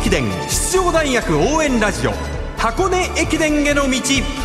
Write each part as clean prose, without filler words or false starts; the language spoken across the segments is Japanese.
伝出場大学応援ラジオ、箱根駅伝への道。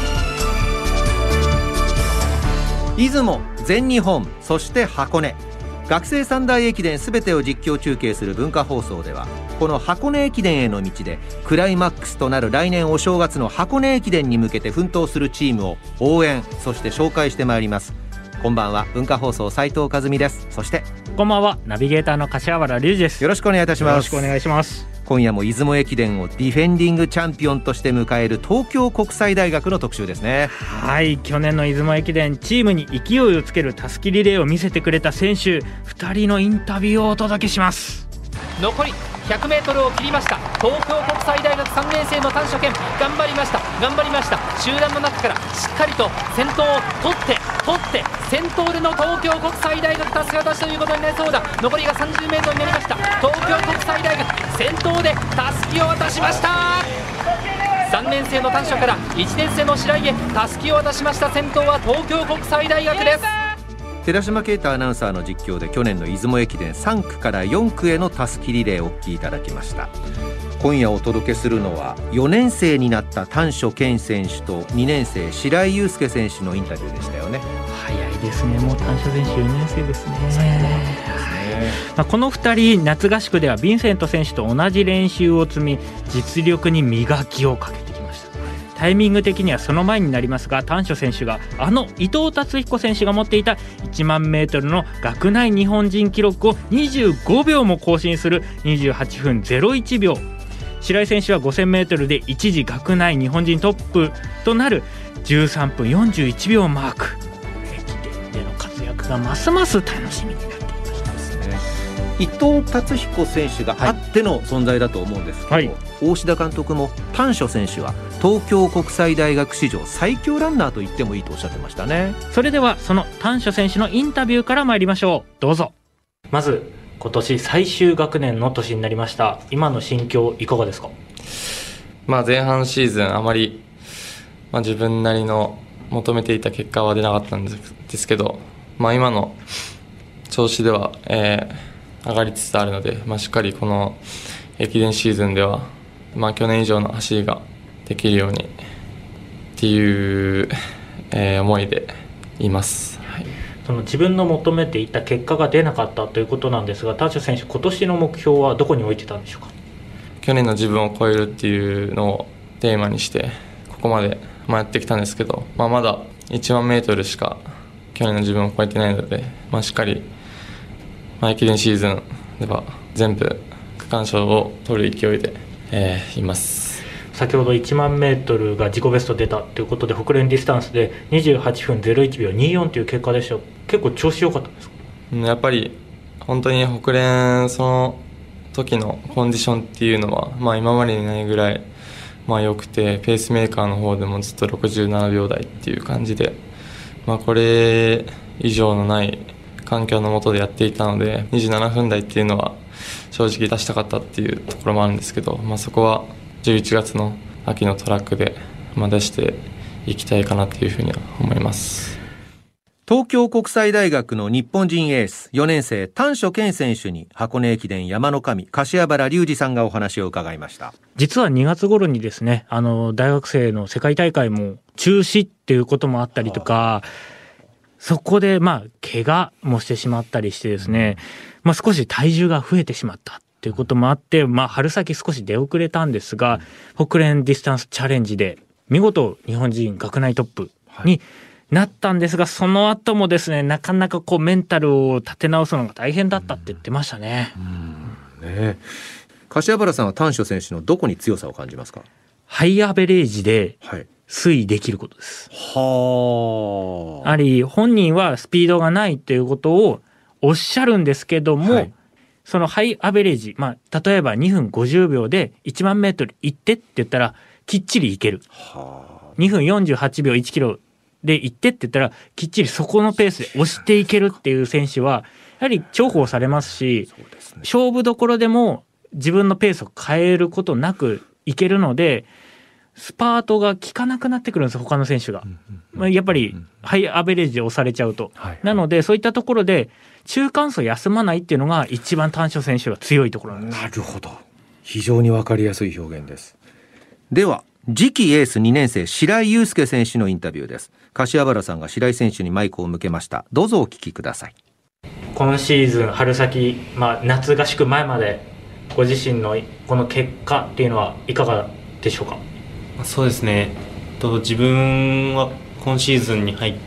出雲、全日本、そして箱根、学生三大駅伝すべてを実況中継する文化放送では、この箱根駅伝への道でクライマックスとなる来年お正月の箱根駅伝に向けて奮闘するチームを応援、そして紹介してまいります。こんばんは、文化放送斉藤和美です。そしてこんばんは、ナビゲーターの柏原隆二です。 よろしくお願いいたします。 よろしくお願いします。 今夜も出雲駅伝をディフェンディングチャンピオンとして迎える東京国際大学の特集ですね。 はい、去年の出雲駅伝、チームに勢いをつけるたすきリレーを見せてくれた選手2人のインタビューをお届けします。 残り 100m を切りました。東京国際大学3年生の丹所健、頑張りました。集団の中からしっかりと先頭を取って先頭での東京国際大学たすき渡しということになりそうだ。残りが 30m になりました。東京国際大学先頭でたすきを渡しました。3年生の丹所から1年生の白井へたすきを渡しました。先頭は東京国際大学です。 寺島啓太アナウンサーの実況で去年の出雲駅伝3区から4区へのたすきリレーをお聞きいただきました。今夜お届けするのは4年生になった丹所健選手と2年生白井悠介選手のインタビューでしたよね。 早いですね。もう丹所選手4年生ですね。この2人、夏合宿ではヴィンセント選手と同じ練習を積み、実力に磨きをかけてきました。タイミング的にはその前になりますが、丹所選手が伊藤達彦選手が持っていた1万メートルの学内日本人記録を25秒も更新する28分01秒、白井選手は5000メートルで一時学内日本人トップとなる13分41秒をマーク。駅伝での活躍がますます楽しみになっていましたですね。 伊藤達彦選手があっての存在だと思うんですけど、はい、大志田監督も丹所選手は東京国際大学史上最強ランナーと言ってもいいとおっしゃってましたね。 それではその丹所選手のインタビューから参りましょう。どうぞ。まず今年最終学年の年になりました。今の心境いかがですか？ 前半シーズンあまり、自分なりの求めていた結果は出なかったんですけど、今の調子では、上がりつつあるので、しっかりこの駅伝シーズンでは、去年以上の走りができるようにっていう、思いでいます。はい、 その自分の求めていた結果が出なかったということなんですが、丹所選手、今年の目標はどこに置いてたんでしょうか？ 去年の自分を超えるっていうのをテーマにしてここまでやってきたんですけど、まだ1万メートルしか去年の自分を超えてないので、しっかり、駅伝シーズンでは全部区間賞を取る勢いで、います。 先ほど1万メートルが自己ベスト出たということで、北連ディスタンスで28分01秒24という結果でした。結構調子良かったですか？ やっぱり本当に北連その時のコンディションっていうのは、今までにないぐらい良くて、ペースメーカーの方でもずっと67秒台っていう感じで、これ以上のない環境の下でやっていたので、27分台っていうのは正直出したかったっていうところもあるんですけど、そこは11月の秋のトラックで出していきたいかなっていうふうには思います。 東京国際大学の日本人エース4年生丹所健選手に箱根駅伝山の神柏原隆二さんがお話を伺いました。 実は2月頃にですね、大学生の世界大会も中止っていうこともあったりとか、そこで怪我もしてしまったりしてですね、少し体重が増えてしまったということもあって、春先少し出遅れたんですが、北連ディスタンスチャレンジで見事日本人学内トップになったんですが、その後もですね、なかなかメンタルを立て直すのが大変だったって言ってましたね。 柏原さんは丹所選手のどこに強さを感じますか？ ハイアベレージで推移できることです。やはり本人はスピードがないということをおっしゃるんですけども、そのハイアベレージ、例えば2分50秒で1万メートル行ってって言ったらきっちり行ける。2分48秒1キロで行ってって言ったらきっちりそこのペースで押していけるっていう選手はやはり重宝されますし、勝負どころでも自分のペースを変えることなくいけるので、スパートが効かなくなってくるんです、他の選手が。やっぱりハイアベレージで押されちゃうと。なのでそういったところで中間層休まないっていうのが一番丹所選手が強いところなんです。 なるほど。 非常に分かりやすい表現です。では次期エース2年生白井祐介選手のインタビューです。柏原さんが白井選手にマイクを向けました。どうぞお聞きください。 今シーズン春先、夏合宿前までご自身のこの結果っていうのはいかがでしょうか？ そうですね、自分は今シーズンに入って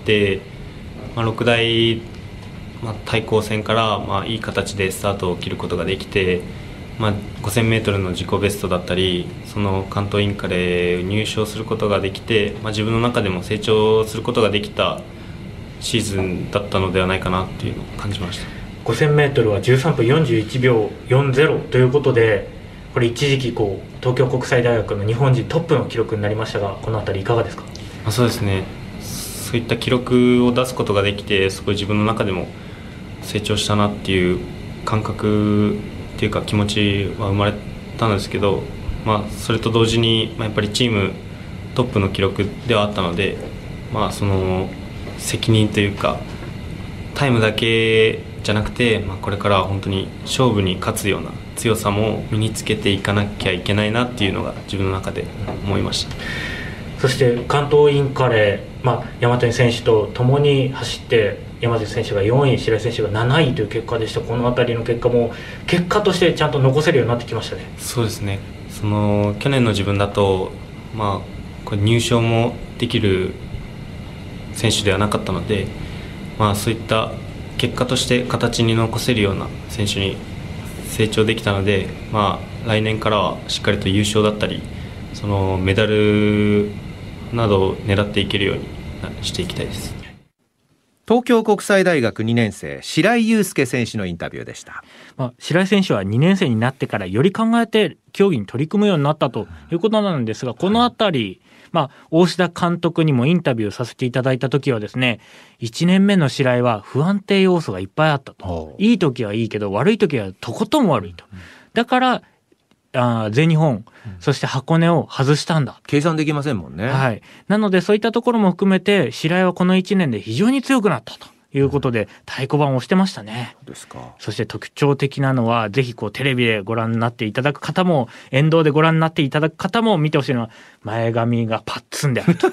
、6大、対抗戦から、いい形でスタートを切ることができて、5000m の自己ベストだったり、その関東インカレ入賞することができて、自分の中でも成長することができたシーズンだったのではないかなというのを感じました。 5000m は13分41秒40ということで、これ一時期東京国際大学の日本人トップの記録になりましたが、このあたりいかがですか？ そうですね、そういった記録を出すことができて、すごい自分の中でも成長したなっていう感覚っていうか気持ちは生まれたんですけど、それと同時に、やっぱりチームトップの記録ではあったので、その責任というかタイムだけじゃなくて、これから本当に勝負に勝つような強さも身につけていかなきゃいけないなっていうのが自分の中で思いました。 そして関東インカレ、山谷選手と共に走って山口選手が4位、白井選手が7位という結果でした。この辺りの結果も結果としてちゃんと残せるようになってきましたね。 そうですね、去年の自分だと、これ入賞もできる選手ではなかったので、そういった結果として形に残せるような選手に成長できたので、来年からはしっかりと優勝だったり、そのメダルなどを狙っていけるようにしていきたいです。 東京国際大学2年生白井祐介選手のインタビューでした。 白井選手は2年生になってからより考えて競技に取り組むようになったということなんですが、このあたり、大志田監督にもインタビューさせていただいた時はですね、1年目の白井は不安定要素がいっぱいあったと。いい時はいいけど悪い時はとことん悪いと。だから全日本、そして箱根を外したんだ。 計算できませんもんね。 はい。なのでそういったところも含めて白井はこの1年で非常に強くなったということで太鼓判を押してましたね。 そうですか。そして特徴的なのは、ぜひテレビでご覧になっていただく方も、沿道でご覧になっていただく方も見てほしいのは、前髪がパッツンであると。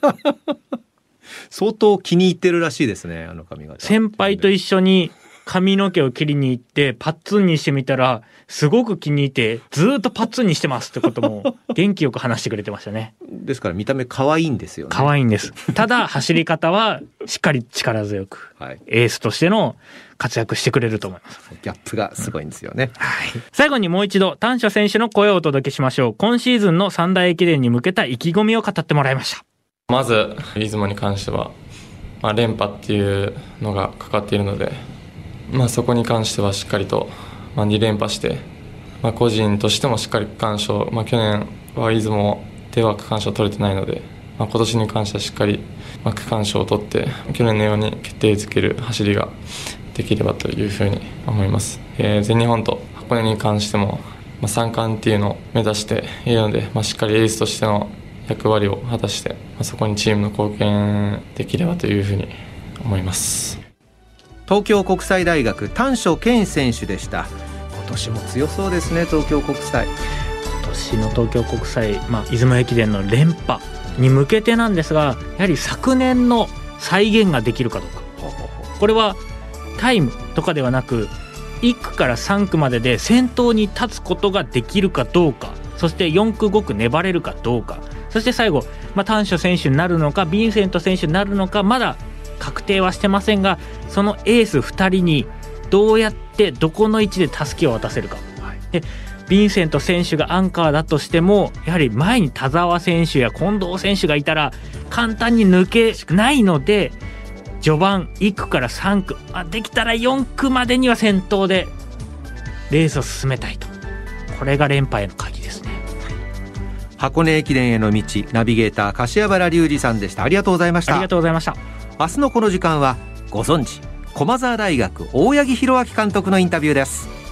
相当気に入ってるらしいですね、あの髪型。 先輩と一緒に髪の毛を切りに行ってパッツンにしてみたらすごく気に入ってずっとパッツンにしてますってことも元気よく話してくれてましたね。 ですから見た目可愛いんですよね。 可愛いんです。ただ走り方はしっかり力強く、エースとしての活躍してくれると思います。 ギャップがすごいんですよね。 最後にもう一度丹所選手の声をお届けしましょう。今シーズンの三大駅伝に向けた意気込みを語ってもらいました。 まず出雲に関しては、連覇っていうのがかかっているので、そこに関してはしっかりと2連覇して、個人としてもしっかり区間賞、去年は出雲では区間賞取れてないので、今年に関してはしっかり区間賞を取って去年のように決定づける走りができればというふうに思います。全日本と箱根に関しても3冠っていうのを目指しているので、しっかりエースとしての役割を果たして、そこにチームの貢献できればというふうに思います。 東京国際大学丹所健選手でした。今年も強そうですね、東京国際。 今年の東京国際、出雲駅伝の連覇に向けてなんですが、やはり昨年の再現ができるかどうか。これはタイムとかではなく、1区から3区までで先頭に立つことができるかどうか、そして4区5区粘れるかどうか、そして最後、丹所選手になるのかヴィンセント選手になるのか、まだ確定はしてませんが、そのエース2人にどうやってどこの位置でたすきを渡せるか。でヴィンセント選手がアンカーだとしても、やはり前に田澤選手や近藤選手がいたら簡単に抜けないので、序盤1区から3区、できたら4区までには先頭でレースを進めたいと。これが連覇への鍵ですね。 箱根駅伝への道、ナビゲーター柏原隆二さんでした。ありがとうございました。 ありがとうございました。 明日のこの時間はご存知駒澤大学大八木弘明監督のインタビューです。